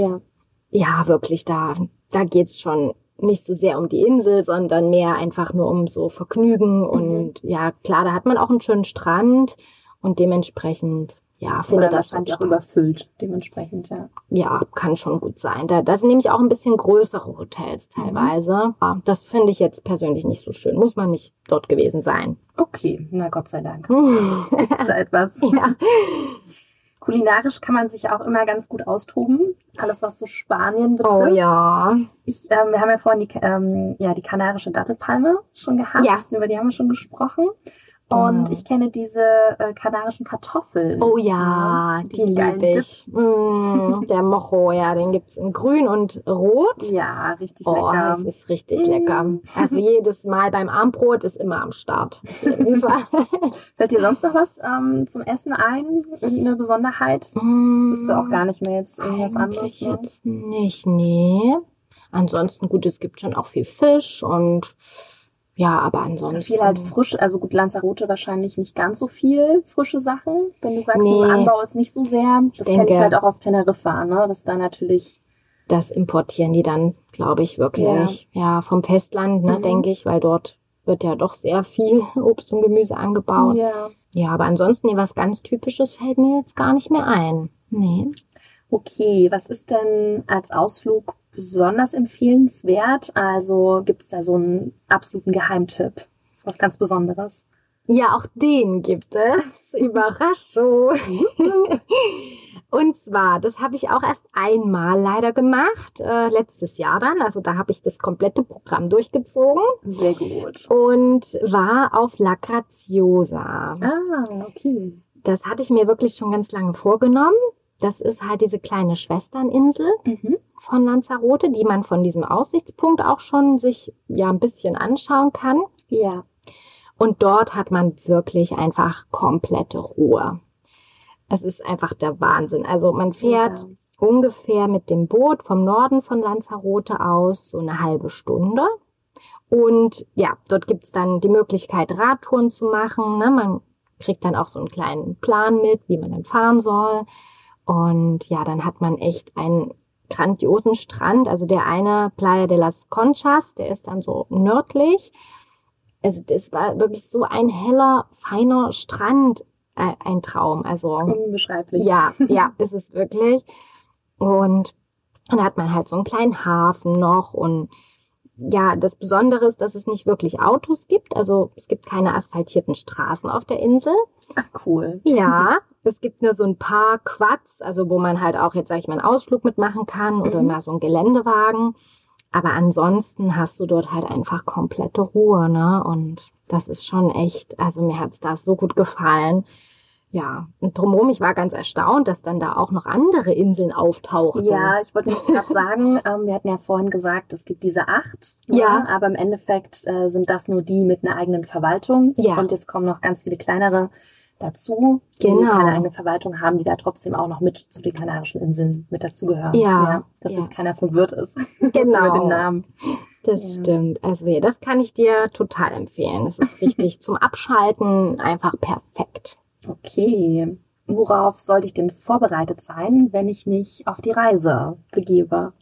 ja, wirklich, da geht's schon nicht so sehr um die Insel, sondern mehr einfach nur um so Vergnügen und ja, klar, da hat man auch einen schönen Strand und dementsprechend findet das wahrscheinlich auch überfüllt, dementsprechend, ja. Ja, kann schon gut sein. Da sind nämlich auch ein bisschen größere Hotels teilweise. Ja, das finde ich jetzt persönlich nicht so schön. Muss man nicht dort gewesen sein. Okay, na Gott sei Dank. Gibt's da etwas? Ja. Kulinarisch kann man sich auch immer ganz gut austoben. Alles, was so Spanien betrifft. Oh ja. Wir haben ja vorhin die kanarische Dattelpalme schon gehabt. Ja. Über die haben wir schon gesprochen. Und Genau. ich kenne diese kanarischen Kartoffeln. Oh ja, die diesen geilen liebe ich. Der Mojo, ja, den gibt's in grün und rot. Ja, richtig Oh, lecker. es ist richtig lecker. Also jedes Mal beim Armbrot ist immer am Start. Auf jeden Fall. Fällt dir sonst noch was zum Essen ein? Irgendeine Besonderheit? Wüsste auch gar nicht mehr jetzt irgendwas anderes. Eigentlich jetzt nicht, nee. Ansonsten, gut, es gibt schon auch viel Fisch und ja, aber ansonsten. Viel halt frisch, also gut, Lanzarote wahrscheinlich nicht ganz so viel frische Sachen. Wenn du sagst, Nee. der Anbau ist nicht so sehr. Das kenne ich denke- halt auch aus Teneriffa, ne? Das da natürlich. Das importieren die dann, glaube ich, wirklich. Ja, vom Festland, ne, Mhm. denke ich, weil dort wird ja doch sehr viel Obst und Gemüse angebaut. Ja. Ja, aber ansonsten, nee, was ganz Typisches fällt mir jetzt gar nicht mehr ein. Nee. Okay, was ist denn als Ausflug besonders empfehlenswert? Also gibt es da so einen absoluten Geheimtipp? Das ist was ganz Besonderes. Ja, auch den gibt es. Überraschung. Und zwar, das habe ich auch erst einmal leider gemacht, letztes Jahr dann. Also da habe ich das komplette Programm durchgezogen Sehr gut. und war auf La Graziosa. Ah, okay. Das hatte ich mir wirklich schon ganz lange vorgenommen. Das ist halt diese kleine Schwesterninsel Mhm. von Lanzarote, die man von diesem Aussichtspunkt auch schon sich ja ein bisschen anschauen kann. Ja. Und dort hat man wirklich einfach komplette Ruhe. Es ist einfach der Wahnsinn. Also man fährt Ja. ungefähr mit dem Boot vom Norden von Lanzarote aus so eine halbe Stunde. Und ja, dort gibt's dann die Möglichkeit, Radtouren zu machen. Ne? Man kriegt dann auch so einen kleinen Plan mit, wie man dann fahren soll. Und ja, dann hat man echt einen grandiosen Strand. Also der eine Playa de las Conchas, der ist dann so nördlich. Also das war wirklich so ein heller, feiner Strand, ein Traum. Also Unbeschreiblich. ja, ist es wirklich. Und dann hat man halt so einen kleinen Hafen noch. Und ja, das Besondere ist, dass es nicht wirklich Autos gibt. Also es gibt keine asphaltierten Straßen auf der Insel. Ach, cool. Ja, es gibt nur so ein paar Quads, also wo man halt auch jetzt, sag ich mal, einen Ausflug mitmachen kann oder Mhm. mal so einen Geländewagen. Aber ansonsten hast du dort halt einfach komplette Ruhe, ne? Und das ist schon echt, also mir hat's da so gut gefallen. Ja, und drumherum, ich war ganz erstaunt, dass dann da auch noch andere Inseln auftauchten. Ja, ich wollte nämlich gerade sagen, wir hatten ja vorhin gesagt, es gibt diese 8. Ja. Aber im Endeffekt sind das nur die mit einer eigenen Verwaltung. Ja. Und jetzt kommen noch ganz viele kleinere dazu, die Genau. keine eigene Verwaltung haben, die da trotzdem auch noch mit zu den Kanarischen Inseln mit dazugehören. Ja. Dass Ja. jetzt keiner verwirrt ist Genau. über den Namen. Das Ja. stimmt. Also ja, das kann ich dir total empfehlen. Das ist richtig zum Abschalten einfach perfekt. Okay. Worauf sollte ich denn vorbereitet sein, wenn ich mich auf die Reise begebe?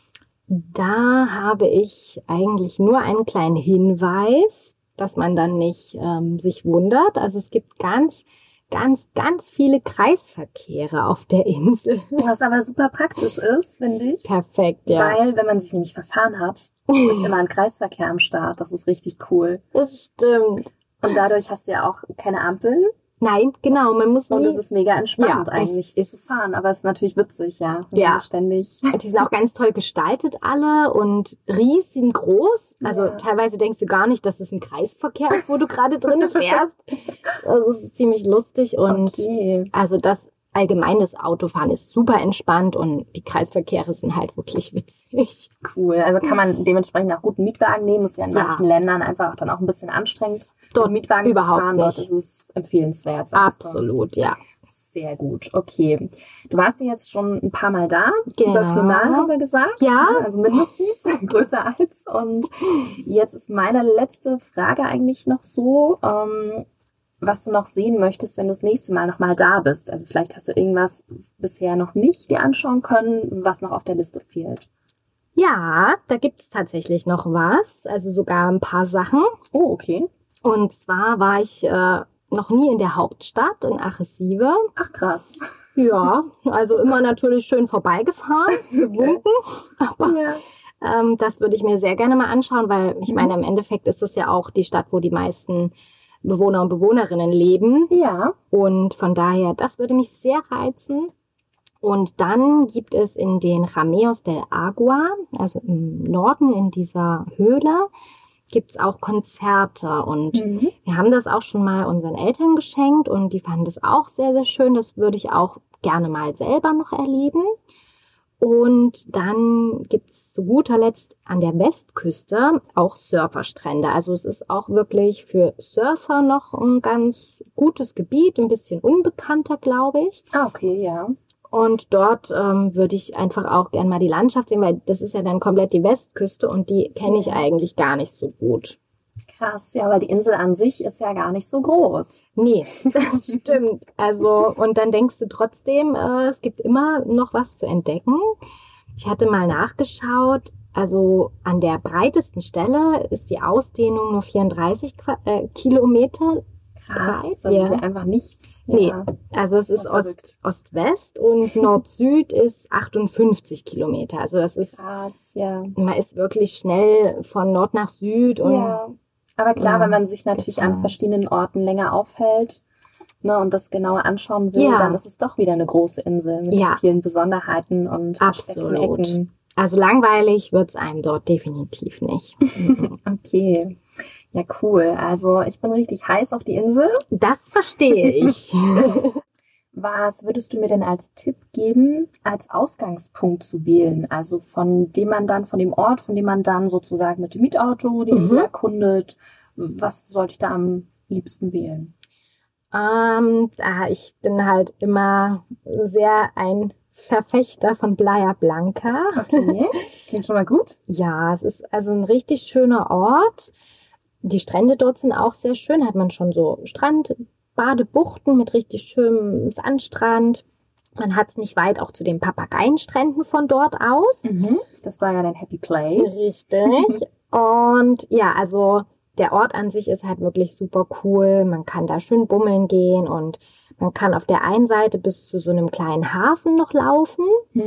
Da habe ich eigentlich nur einen kleinen Hinweis, dass man dann nicht sich wundert. Also es gibt ganz viele Kreisverkehre auf der Insel. Was aber super praktisch ist, finde ich. Perfekt, ja. Weil, wenn man sich nämlich verfahren hat, ist immer ein Kreisverkehr am Start. Das ist richtig cool. Das stimmt. Und dadurch hast du ja auch keine Ampeln. Nein, genau, man muss Und nie. es ist mega entspannt Ja, eigentlich es zu ist- fahren. Aber es ist natürlich witzig, ja. Wenn Ja. du ständig. Die sind auch ganz toll gestaltet alle und riesengroß. Also Ja. teilweise denkst du gar nicht, dass es ein Kreisverkehr ist, wo du gerade drin fährst. Also es ist ziemlich lustig und Okay. also das Autofahren ist super entspannt und die Kreisverkehre sind halt wirklich witzig. Cool. Also kann man dementsprechend auch guten Mietwagen nehmen. Ist ja in Ja. manchen Ländern einfach dann auch ein bisschen anstrengend. Dort mit Mietwagen überhaupt zu fahren. Dort nicht. ist es empfehlenswert. sagst du. Absolut, ja. Sehr gut, okay. Du warst ja jetzt schon ein paar Mal da. Genau. Über 4 Mal haben wir gesagt. Ja. Ne? Also mindestens größer als. Und jetzt ist meine letzte Frage eigentlich noch so, was du noch sehen möchtest, wenn du das nächste Mal nochmal da bist. Also vielleicht hast du irgendwas bisher noch nicht dir anschauen können, was noch auf der Liste fehlt. Ja, da gibt es tatsächlich noch was, also sogar ein paar Sachen. Oh, okay. Und zwar war ich noch nie in der Hauptstadt, in Arrecife. Ach, krass. Ja, also immer natürlich schön vorbeigefahren, gewunken. Aber Ja. das würde ich mir sehr gerne mal anschauen, weil ich Mhm. meine, im Endeffekt ist es ja auch die Stadt, wo die meisten Bewohner und Bewohnerinnen leben. Ja. Und von daher, das würde mich sehr reizen. Und dann gibt es in den Rameos del Agua, also im Norden in dieser Höhle, gibt's auch Konzerte. Und wir haben das auch schon mal unseren Eltern geschenkt und die fanden das auch sehr, sehr schön. Das würde ich auch gerne mal selber noch erleben. Und dann gibt's zu guter Letzt an der Westküste auch Surferstrände. Also es ist auch wirklich für Surfer noch ein ganz gutes Gebiet, ein bisschen unbekannter, glaube ich. Ah, okay, ja. Und dort würde ich einfach auch gern mal die Landschaft sehen, weil das ist ja dann komplett die Westküste und die kenne ich eigentlich gar nicht so gut. Krass, ja, weil die Insel an sich ist ja gar nicht so groß. Nee, das stimmt. Also, und dann denkst du trotzdem, es gibt immer noch was zu entdecken. Ich hatte mal nachgeschaut, also an der breitesten Stelle ist die Ausdehnung nur 34 Kilometer Krass, breit. das ist ja einfach nichts. Nee, Ja. also es ist Ost-West und Nord-Süd ist 58 Kilometer. Also das ist, Krass, ja. man ist wirklich schnell von Nord nach Süd und Ja, aber klar, Ja, wenn man sich natürlich an gefahren. verschiedenen Orten länger aufhält, ne, und das genauer anschauen will, Ja. dann ist es doch wieder eine große Insel mit Ja. vielen Besonderheiten und versteckten Absolut. Ecken. also langweilig wird's einem dort definitiv nicht. Okay, ja cool. Also ich bin richtig heiß auf die Insel. Das verstehe ich. Was würdest du mir denn als Tipp geben, als Ausgangspunkt zu wählen? Also von dem Ort, von dem man dann sozusagen mit dem Mietauto die Insel erkundet. Was sollte ich da am liebsten wählen? Ich bin halt immer sehr ein Verfechter von Playa Blanca. Okay, klingt schon mal gut. Ja, es ist also ein richtig schöner Ort. Die Strände dort sind auch sehr schön. Hat man schon so Badebuchten mit richtig schönem Sandstrand. Man hat es nicht weit auch zu den Papageienstränden von dort aus. Das war ja dein Happy Place. Richtig. Und ja, also der Ort an sich ist halt wirklich super cool. Man kann da schön bummeln gehen und man kann auf der einen Seite bis zu so einem kleinen Hafen noch laufen.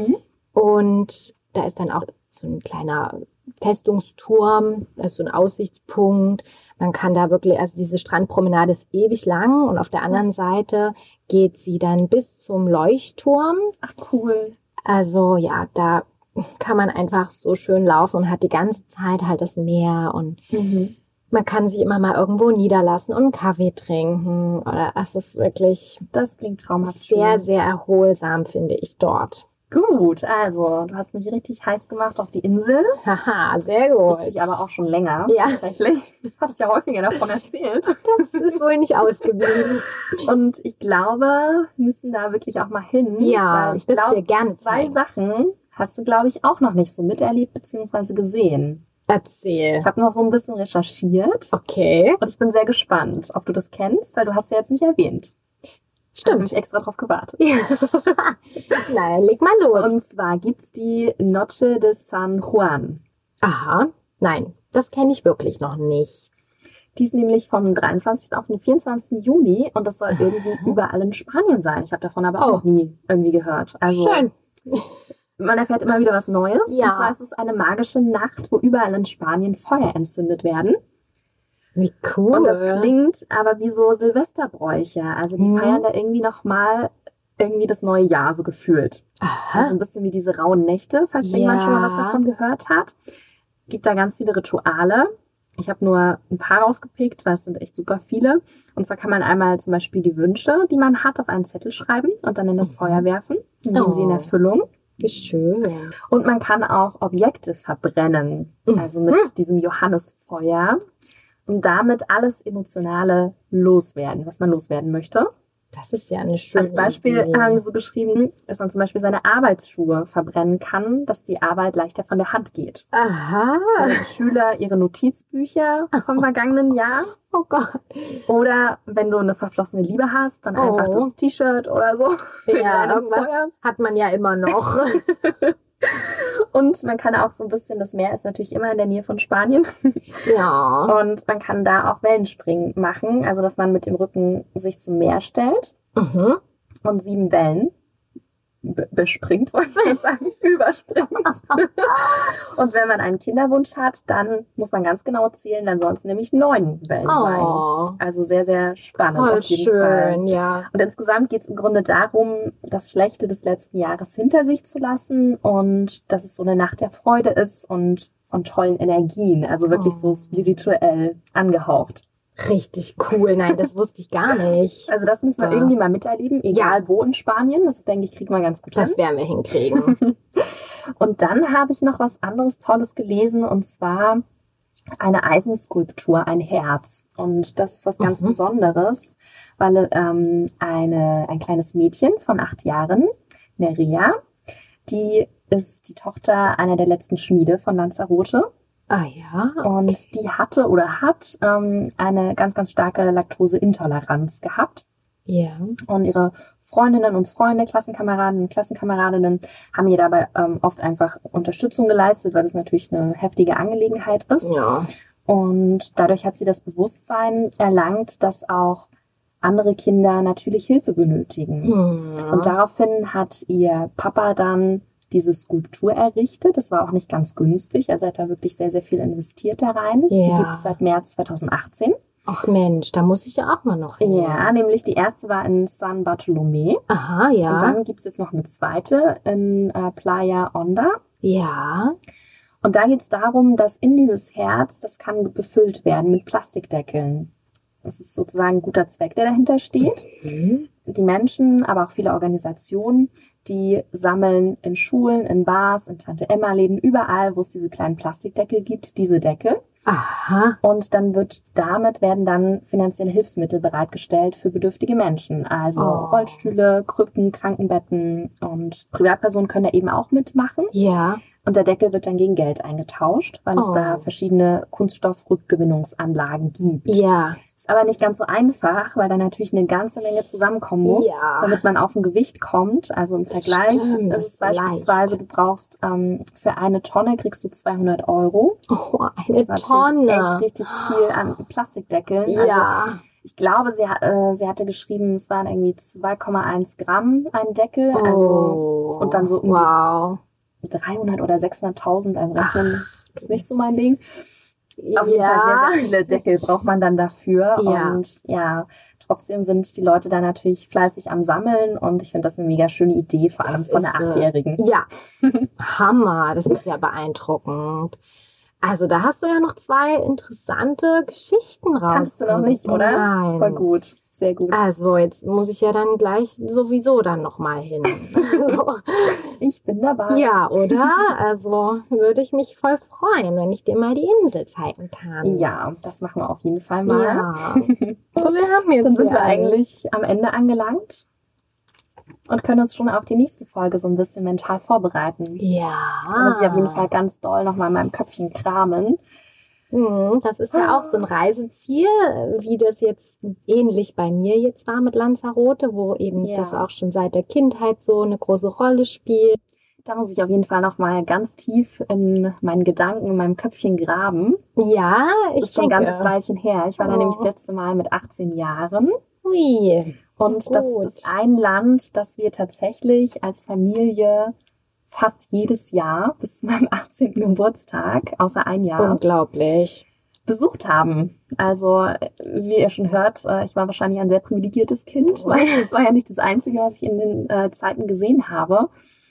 Und da ist dann auch so ein kleiner Festungsturm, das ist so ein Aussichtspunkt. Man kann da wirklich, also diese Strandpromenade ist ewig lang und auf der anderen Seite geht sie dann bis zum Leuchtturm. Ach cool. Also ja, da kann man einfach so schön laufen und hat die ganze Zeit halt das Meer und man kann sich immer mal irgendwo niederlassen und einen Kaffee trinken. Oder es ist wirklich Das klingt traumhaft sehr, schön. sehr erholsam, finde ich dort. Gut, also du hast mich richtig heiß gemacht auf die Insel. Haha, sehr gut. Wusste ich aber auch schon länger, Ja. tatsächlich. Hast ja häufiger davon erzählt. Das ist wohl nicht ausgeblieben. Und ich glaube, wir müssen da wirklich auch mal hin. Ja, weil ich würd's glaube, dir gerne zwei zeigen. Sachen hast du, glaube ich, auch noch nicht so miterlebt bzw. gesehen. Erzähl. Ich habe noch so ein bisschen recherchiert Okay. und ich bin sehr gespannt, ob du das kennst, weil du hast ja jetzt nicht erwähnt. Ich habe Stimmt. nämlich extra drauf gewartet. Na, leg mal los. Und zwar gibt's die Noche de San Juan. Aha. Nein, das kenne ich wirklich noch nicht. Die ist nämlich vom 23. auf den 24. Juni und das soll irgendwie überall in Spanien sein. Ich habe davon aber auch noch nie irgendwie gehört. Also Schön. man erfährt immer wieder was Neues. Ja. Und zwar ist es eine magische Nacht, wo überall in Spanien Feuer entzündet werden. Wie cool. Und das klingt aber wie so Silvesterbräuche. Also die feiern da irgendwie nochmal irgendwie das neue Jahr so gefühlt. Aha. Also ein bisschen wie diese rauen Nächte, falls jemand schon mal was davon gehört hat. Gibt da ganz viele Rituale. Ich habe nur ein paar rausgepickt, weil es sind echt super viele. Und zwar kann man einmal zum Beispiel die Wünsche, die man hat, auf einen Zettel schreiben und dann in das Feuer werfen. Dann gehen sie in Erfüllung. Wie schön. Und man kann auch Objekte verbrennen, also mit diesem Johannesfeuer und damit alles Emotionale loswerden, was man loswerden möchte. Das ist ja eine schöne Als Beispiel Idee. haben wir so geschrieben, dass man zum Beispiel seine Arbeitsschuhe verbrennen kann, dass die Arbeit leichter von der Hand geht. Aha. Oder die Schüler ihre Notizbücher vom vergangenen Jahr. Oh Gott. Oder wenn du eine verflossene Liebe hast, dann einfach das T-Shirt oder so. Ja, ins irgendwas Feuer. hat man ja immer noch. Und man kann auch so ein bisschen, das Meer ist natürlich immer in der Nähe von Spanien. Ja. Und man kann da auch Wellenspringen machen, also dass man mit dem Rücken sich zum Meer stellt Mhm. und 7 Wellen bespringt, wollte ich jetzt sagen, überspringt. Und wenn man einen Kinderwunsch hat, dann muss man ganz genau zählen, dann sollen es nämlich 9 Wellen sein. Oh, Also sehr, sehr spannend voll auf jeden Fall. schön, ja. Und insgesamt geht es im Grunde darum, das Schlechte des letzten Jahres hinter sich zu lassen und dass es so eine Nacht der Freude ist und von tollen Energien, also wirklich so spirituell angehaucht. Richtig cool. Nein, das wusste ich gar nicht. Also das müssen wir irgendwie mal miterleben, egal wo in Spanien. Das, denke ich, kriegen wir ganz gut hin. Das werden wir hinkriegen. Und dann habe ich noch was anderes Tolles gelesen, und zwar eine Eisenskulptur, ein Herz. Und das ist was ganz Besonderes, weil ein kleines Mädchen von 8 Jahren, Nerea, die ist die Tochter einer der letzten Schmiede von Lanzarote. Ah ja. Okay. Und die hatte oder hat eine ganz, ganz starke Laktoseintoleranz gehabt. Ja. Und ihre Freundinnen und Freunde, Klassenkameraden und Klassenkameradinnen haben ihr dabei oft einfach Unterstützung geleistet, weil das natürlich eine heftige Angelegenheit ist. Ja. Und dadurch hat sie das Bewusstsein erlangt, dass auch andere Kinder natürlich Hilfe benötigen. Und daraufhin hat ihr Papa dann diese Skulptur errichtet. Das war auch nicht ganz günstig. Also er hat da wirklich sehr, sehr viel investiert da rein. Ja. Die gibt es seit März 2018. Ach Mensch, da muss ich ja auch mal noch hin. Ja, nämlich die erste war in San Bartolomé. Aha, ja. Und dann gibt es jetzt noch eine zweite in Playa Honda. Ja. Und da geht es darum, dass in dieses Herz, das kann befüllt werden mit Plastikdeckeln. Das ist sozusagen ein guter Zweck, der dahinter steht. Die Menschen, aber auch viele Organisationen, die sammeln in Schulen, in Bars, in Tante-Emma-Läden, überall, wo es diese kleinen Plastikdeckel gibt, diese Deckel. Aha. Und dann werden dann finanzielle Hilfsmittel bereitgestellt für bedürftige Menschen. Also Rollstühle, Krücken, Krankenbetten, und Privatpersonen können da eben auch mitmachen. Ja. Und der Deckel wird dann gegen Geld eingetauscht, weil es da verschiedene Kunststoffrückgewinnungsanlagen gibt. Ja. Ist aber nicht ganz so einfach, weil da natürlich eine ganze Menge zusammenkommen muss, damit man auf ein Gewicht kommt. Also im Vergleich ist es beispielsweise, du brauchst für 1 Tonne kriegst du 200 €. Oh, eine das ist Tonne. echt richtig viel an Plastikdeckeln. Ja. Also ich glaube, sie sie hatte geschrieben, es waren irgendwie 2,1 Gramm ein Deckel. Also und dann so um die 300 oder 600.000, also rechnen ist nicht so mein Ding. Auf jeden Fall sehr, sehr viele Deckel braucht man dann dafür. Ja. Und ja, trotzdem sind die Leute da natürlich fleißig am Sammeln, und ich finde das eine mega schöne Idee, vor allem von der 8-Jährigen. Ja, Hammer, das ist ja beeindruckend. Also da hast du ja noch 2 interessante Geschichten raus. Kannst du noch nicht, oder? Nein. Voll gut, sehr gut. Also jetzt muss ich ja dann gleich sowieso dann nochmal hin. Also, ich bin dabei. ja, oder? Also würde ich mich voll freuen, wenn ich dir mal die Insel zeigen kann. Ja, das machen wir auf jeden Fall mal. Ja. So, wir haben jetzt Dann sind wir alles. eigentlich am Ende angelangt und können uns schon auf die nächste Folge so ein bisschen mental vorbereiten. Ja. Da muss ich auf jeden Fall ganz doll nochmal in meinem Köpfchen kramen. Das ist ja auch so ein Reiseziel, wie das jetzt ähnlich bei mir jetzt war mit Lanzarote, wo eben das auch schon seit der Kindheit so eine große Rolle spielt. Da muss ich auf jeden Fall nochmal ganz tief in meinen Gedanken, in meinem Köpfchen graben. Ja, das ist schon ein ganzes Weilchen her. Ich war da nämlich das letzte Mal mit 18 Jahren. Ui. Und das ist ein Land, das wir tatsächlich als Familie fast jedes Jahr bis zu meinem 18. Geburtstag, außer ein Jahr, unglaublich, besucht haben. Also, wie ihr schon hört, ich war wahrscheinlich ein sehr privilegiertes Kind, weil es war ja nicht das Einzige, was ich in den Zeiten gesehen habe.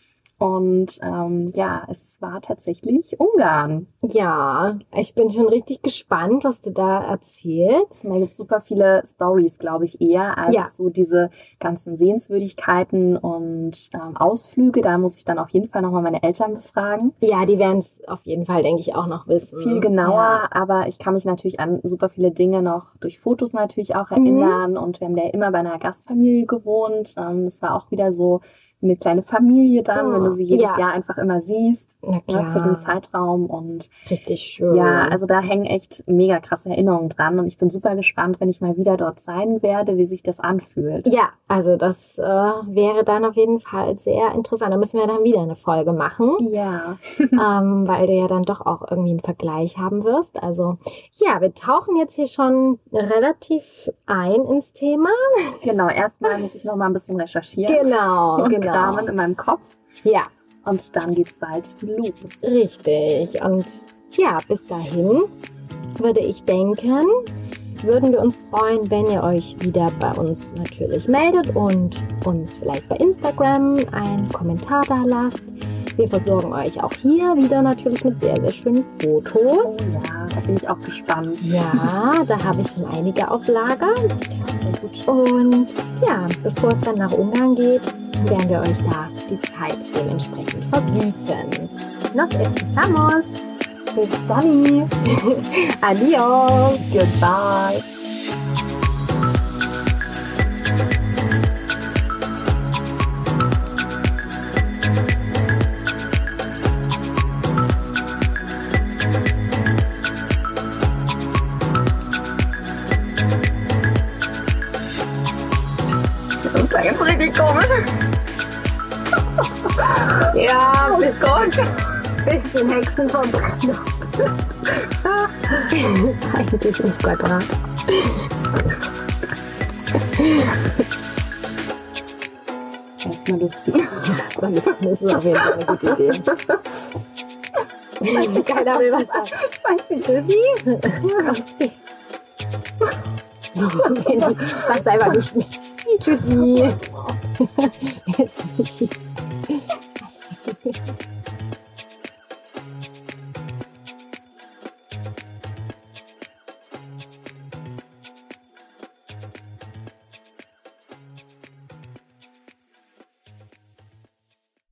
Und ja, es war tatsächlich Ungarn. Ja, ich bin schon richtig gespannt, was du da erzählst. Da gibt es super viele Stories, glaube ich, eher als so diese ganzen Sehenswürdigkeiten und Ausflüge. Da muss ich dann auf jeden Fall nochmal meine Eltern befragen. Ja, die werden es auf jeden Fall, denke ich, auch noch wissen. Viel genauer, aber ich kann mich natürlich an super viele Dinge noch durch Fotos natürlich auch erinnern. Und wir haben ja immer bei einer Gastfamilie gewohnt. Das war auch wieder so eine kleine Familie dann, wenn du sie jedes Jahr einfach immer siehst, für den Zeitraum. Und richtig schön. Ja, also da hängen echt mega krasse Erinnerungen dran, und ich bin super gespannt, wenn ich mal wieder dort sein werde, wie sich das anfühlt. Ja, also das wäre dann auf jeden Fall sehr interessant. Da müssen wir dann wieder eine Folge machen. Ja. Weil du ja dann doch auch irgendwie einen Vergleich haben wirst. Also ja, wir tauchen jetzt hier schon relativ ein ins Thema. Genau, erstmal muss ich noch mal ein bisschen recherchieren. Genau. Kramen in meinem Kopf. Ja. Und dann geht's bald los. Richtig. Und ja, bis dahin würde ich denken, würden wir uns freuen, wenn ihr euch wieder bei uns natürlich meldet und uns vielleicht bei Instagram einen Kommentar da lasst. Wir versorgen euch auch hier wieder natürlich mit sehr, sehr schönen Fotos. Ja, da bin ich auch gespannt. Ja, da habe ich schon einige auf Lager. Sehr gut. Und ja, bevor es dann nach Ungarn geht, werden wir euch da die Zeit dementsprechend versüßen. Nos escuchamos. Bis dann. Adios. Goodbye. Das ist jetzt richtig komisch. Ja, bis Gott. Bisschen Hexenverbrennung. Eigentlich ins Quadrat. Erstmal lüften. Erstmal lüften ist auf jeden Fall eine gute Idee. Keiner will was sagen. Weiß nicht. Tschüssi. Sag einfach du Tschüssi.